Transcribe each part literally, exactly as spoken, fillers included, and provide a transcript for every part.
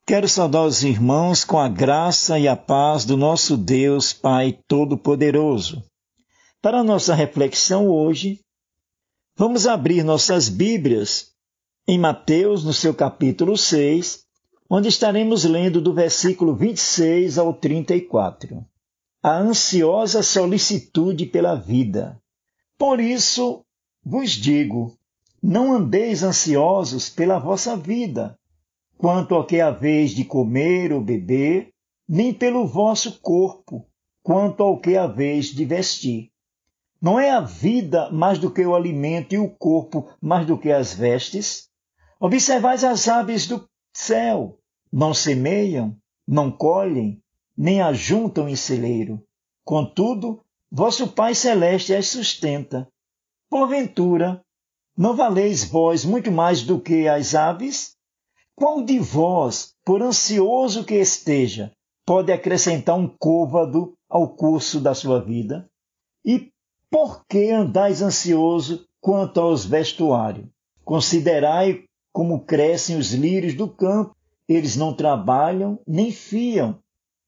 Quero saudar os irmãos com a graça e a paz do nosso Deus Pai Todo-Poderoso. Para a nossa reflexão hoje, vamos abrir nossas Bíblias em Mateus, no seu capítulo seis, onde estaremos lendo do versículo vinte e seis ao trinta e quatro. A ansiosa solicitude pela vida. Por isso vos digo, não andeis ansiosos pela vossa vida, quanto ao que haveis de comer ou beber, nem pelo vosso corpo, quanto ao que haveis de vestir. Não é a vida mais do que o alimento e o corpo mais do que as vestes? Observais as aves do céu, não semeiam, não colhem, nem ajuntam em celeiro. Contudo, vosso Pai Celeste as sustenta. Porventura, não valeis vós muito mais do que as aves? Qual de vós, por ansioso que esteja, pode acrescentar um côvado ao curso da sua vida? E por que andais ansioso quanto aos vestuários? Considerai como crescem os lírios do campo, eles não trabalham nem fiam.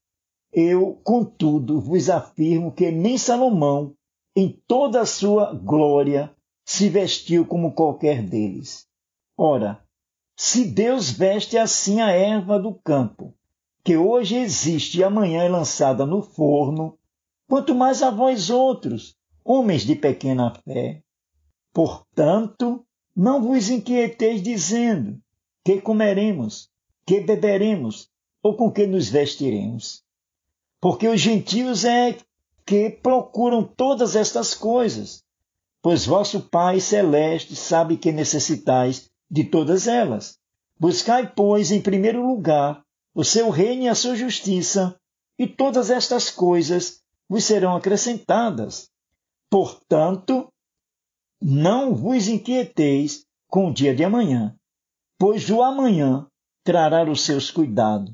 Eu, contudo, vos afirmo que nem Salomão, em toda a sua glória, se vestiu como qualquer deles. Ora, se Deus veste assim a erva do campo, que hoje existe e amanhã é lançada no forno, quanto mais a vós outros, homens de pequena fé. Portanto, não vos inquieteis dizendo, que comeremos, que beberemos, ou com que nos vestiremos. Porque os gentios é que procuram todas estas coisas, pois vosso Pai Celeste sabe que necessitais de todas elas. Buscai, pois, em primeiro lugar o seu reino e a sua justiça, e todas estas coisas vos serão acrescentadas. Portanto, não vos inquieteis com o dia de amanhã, pois o amanhã trará os seus cuidados.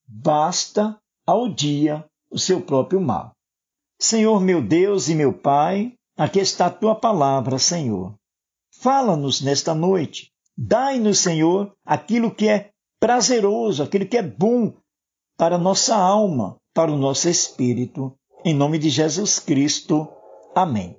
Basta ao dia o seu próprio mal. Senhor meu Deus e meu Pai, aqui está a tua palavra, Senhor. Fala-nos nesta noite. Dai-nos, Senhor, aquilo que é prazeroso, aquilo que é bom para a nossa alma, para o nosso espírito. Em nome de Jesus Cristo. Amém.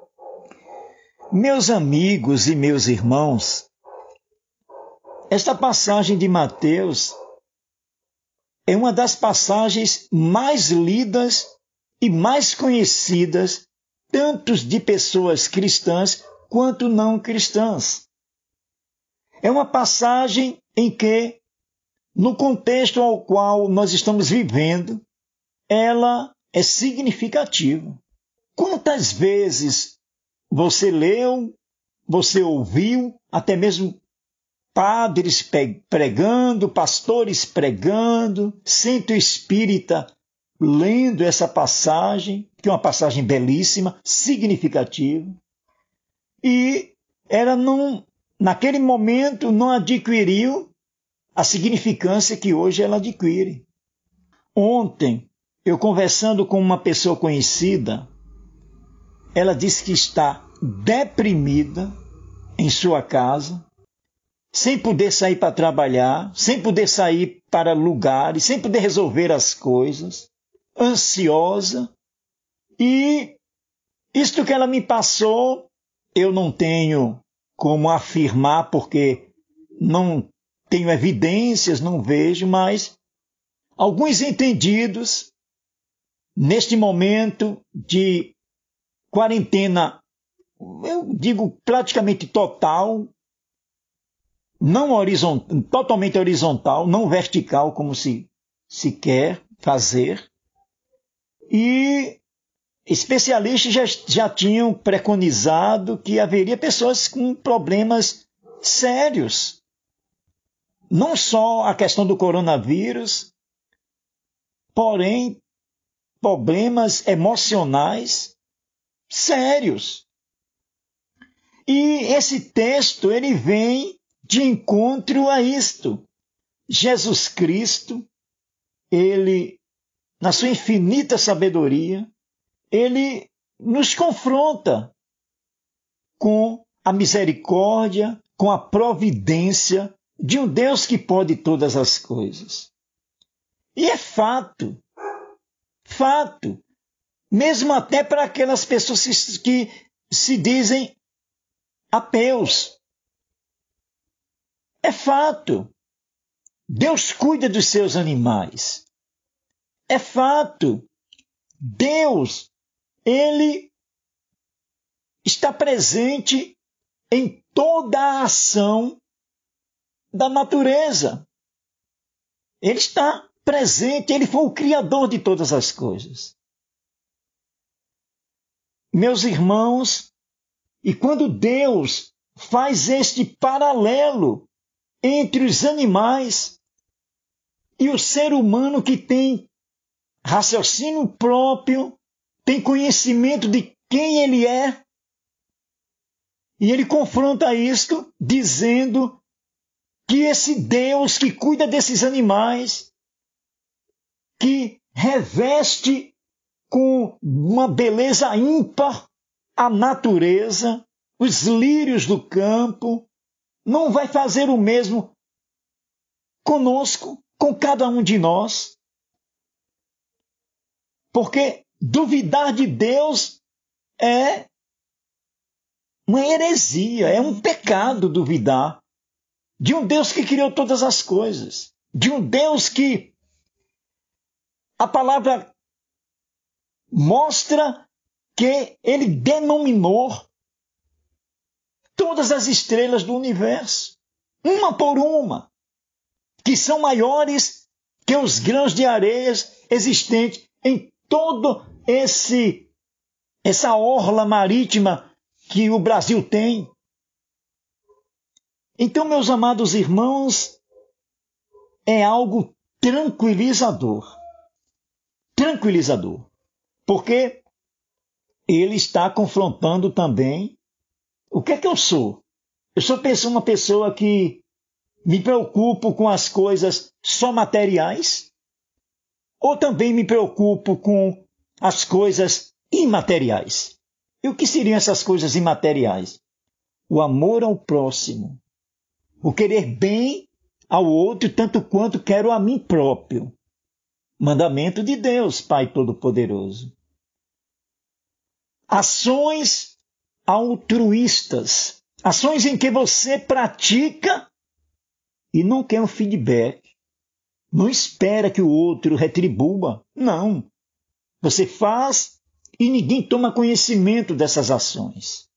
Meus amigos e meus irmãos, esta passagem de Mateus é uma das passagens mais lidas e mais conhecidas, tanto de pessoas cristãs quanto não cristãs. É uma passagem em que, no contexto ao qual nós estamos vivendo, ela é significativa. Quantas vezes você leu, você ouviu, até mesmo padres pregando, pastores pregando, centro espírita lendo essa passagem, que é uma passagem belíssima, significativa, e ela não, naquele momento não adquiriu a significância que hoje ela adquire. Ontem, eu conversando com uma pessoa conhecida, ela disse que está deprimida em sua casa, sem poder sair para trabalhar, sem poder sair para lugares, sem poder resolver as coisas, ansiosa. E isto que ela me passou, eu não tenho como afirmar, porque não tenho evidências, não vejo, mas alguns entendidos, neste momento de quarentena, eu digo praticamente total, não horizontal, totalmente horizontal, não vertical, como se, se quer fazer. E especialistas já, já tinham preconizado que haveria pessoas com problemas sérios. Não só a questão do coronavírus, porém, problemas emocionais sérios. E esse texto, ele vem de encontro a isto. Jesus Cristo, ele, na sua infinita sabedoria, ele nos confronta com a misericórdia, com a providência de um Deus que pode todas as coisas. E é fato, fato, mesmo até para aquelas pessoas que se dizem ateus. É fato. Deus cuida dos seus animais. É fato. Deus, Ele está presente em toda a ação da natureza. Ele está presente, Ele foi o Criador de todas as coisas. Meus irmãos, e quando Deus faz este paralelo entre os animais e o ser humano que tem raciocínio próprio, tem conhecimento de quem ele é, e ele confronta isto dizendo que esse Deus que cuida desses animais, que reveste com uma beleza ímpar a natureza, os lírios do campo, não vai fazer o mesmo conosco, com cada um de nós. Porque duvidar de Deus é uma heresia, é um pecado duvidar de um Deus que criou todas as coisas, de um Deus que a palavra mostra que ele denominou todas as estrelas do universo, uma por uma, que são maiores que os grãos de areias existentes em todo esse essa orla marítima que o Brasil tem. Então, meus amados irmãos, é algo tranquilizador. Tranquilizador. Porque ele está confrontando também o que é que eu sou. Eu sou uma pessoa que me preocupo com as coisas só materiais, ou também me preocupo com as coisas imateriais. E o que seriam essas coisas imateriais? O amor ao próximo, o querer bem ao outro tanto quanto quero a mim próprio. Mandamento de Deus, Pai Todo-Poderoso. Ações altruístas, ações em que você pratica e não quer um feedback. Não espera que o outro retribua. Não. Você faz e ninguém toma conhecimento dessas ações.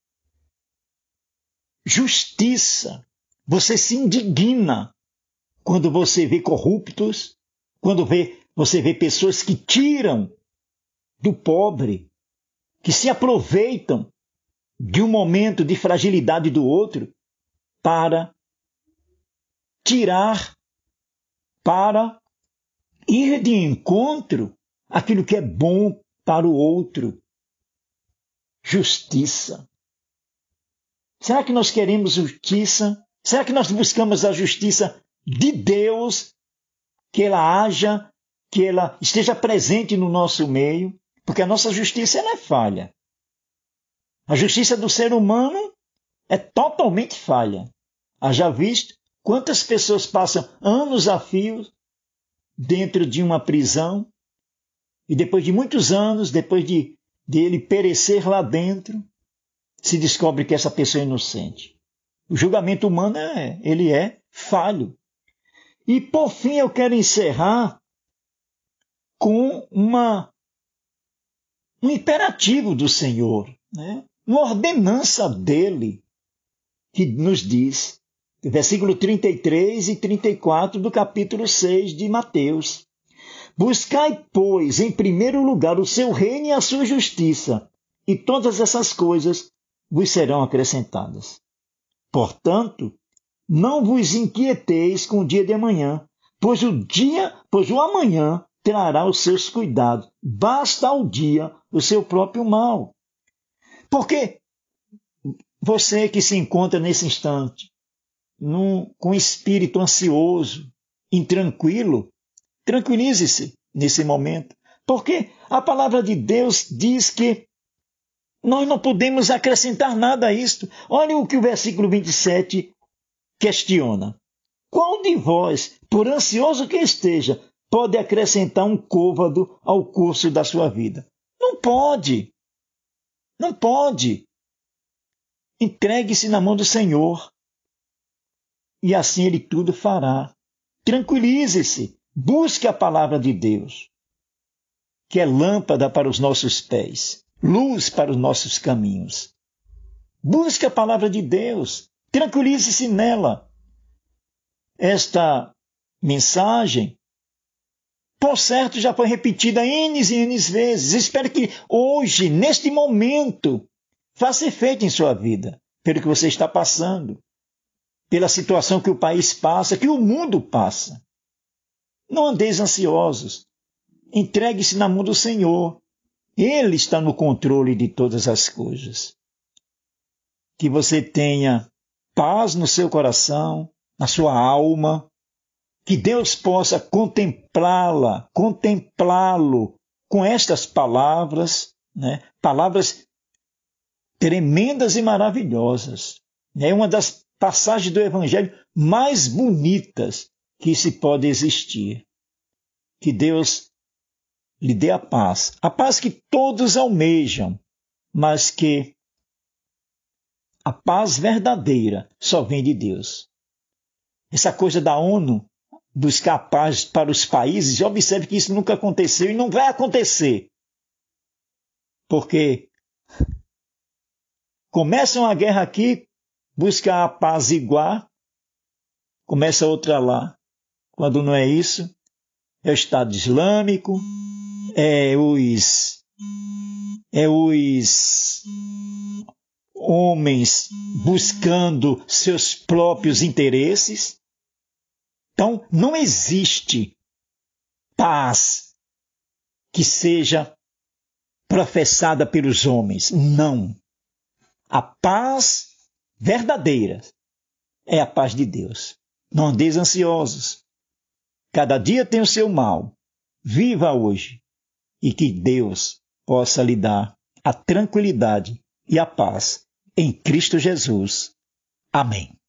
Justiça. Você se indigna quando você vê corruptos, quando vê, você vê pessoas que tiram do pobre, que se aproveitam de um momento de fragilidade do outro para tirar, para ir de encontro àquilo que é bom para o outro. Justiça. Será que nós queremos justiça? Será que nós buscamos a justiça de Deus? Que ela haja, que ela esteja presente no nosso meio? Porque a nossa justiça ela é falha. A justiça do ser humano é totalmente falha. Haja visto quantas pessoas passam anos a fio dentro de uma prisão e depois de muitos anos, depois de, de ele perecer lá dentro, se descobre que essa pessoa é inocente. O julgamento humano é, ele é falho. E por fim eu quero encerrar com uma, um imperativo do Senhor, né? Uma ordenança dele que nos diz, versículo trinta e três e trinta e quatro do capítulo seis de Mateus. Buscai, pois, em primeiro lugar o seu reino e a sua justiça, e todas essas coisas vos serão acrescentadas. Portanto, não vos inquieteis com o dia de amanhã, pois o dia, pois o amanhã trará os seus cuidados. Basta ao dia o seu próprio mal. Porque você que se encontra nesse instante num, com espírito ansioso, intranquilo, tranquilize-se nesse momento. Porque a palavra de Deus diz que nós não podemos acrescentar nada a isto. Olha o que o versículo vinte e sete questiona. qual de vós, por ansioso que esteja, pode acrescentar um côvado ao curso da sua vida? Não pode. Não pode. Entregue-se na mão do Senhor. E assim Ele tudo fará. Tranquilize-se. Busque a palavra de Deus, que é lâmpada para os nossos pés, luz para os nossos caminhos. Busque a palavra de Deus. Tranquilize-se nela. Esta mensagem, por certo, já foi repetida N e N vezes. Espero que hoje, neste momento, faça efeito em sua vida, pelo que você está passando, pela situação que o país passa, que o mundo passa. Não andeis ansiosos. Entregue-se na mão do Senhor. Ele está no controle de todas as coisas. Que você tenha paz no seu coração, na sua alma, que Deus possa contemplá-la, contemplá-lo com estas palavras, né? Palavras tremendas e maravilhosas. É uma das passagens do Evangelho mais bonitas que se pode existir. Que Deus lhe dê a paz, a paz que todos almejam, mas que a paz verdadeira só vem de Deus. Essa coisa da ONU buscar paz para os países, observe que isso nunca aconteceu e não vai acontecer. Porque começa uma guerra aqui, busca apaziguar, começa outra lá. Quando não é isso, é o Estado Islâmico, é os, é os homens buscando seus próprios interesses. Então, não existe paz que seja professada pelos homens. Não. A paz verdadeira é a paz de Deus. Não andeis ansiosos. Cada dia tem o seu mal. Viva hoje e que Deus possa lhe dar a tranquilidade e a paz em Cristo Jesus. Amém.